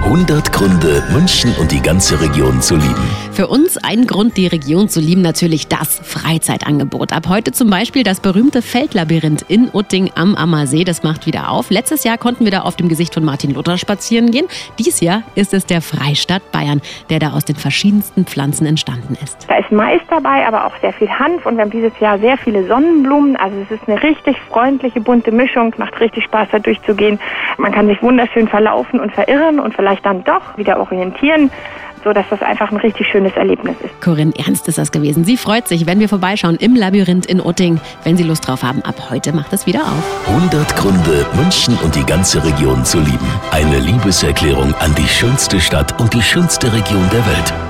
100 Gründe, München und die ganze Region zu lieben. Für uns ein Grund, die Region zu lieben, natürlich das Freizeitangebot. Ab heute zum Beispiel das berühmte Feldlabyrinth in Utting am Ammersee. Das macht wieder auf. Letztes Jahr konnten wir da auf dem Gesicht von Martin Luther spazieren gehen. Dies Jahr ist es der Freistaat Bayern, der da aus den verschiedensten Pflanzen entstanden ist. Da ist Mais dabei, aber auch sehr viel Hanf und wir haben dieses Jahr sehr viele Sonnenblumen. Also es ist eine richtig freundliche, bunte Mischung. Macht richtig Spaß, da durchzugehen. Man kann sich wunderschön verlaufen und verirren und vielleicht dann doch wieder orientieren, so dass das einfach ein richtig schönes Erlebnis ist. Corinne Ernst ist das gewesen. Sie freut sich, wenn wir vorbeischauen im Labyrinth in Utting. Wenn Sie Lust drauf haben, ab heute macht es wieder auf. 100 Gründe, München und die ganze Region zu lieben. Eine Liebeserklärung an die schönste Stadt und die schönste Region der Welt.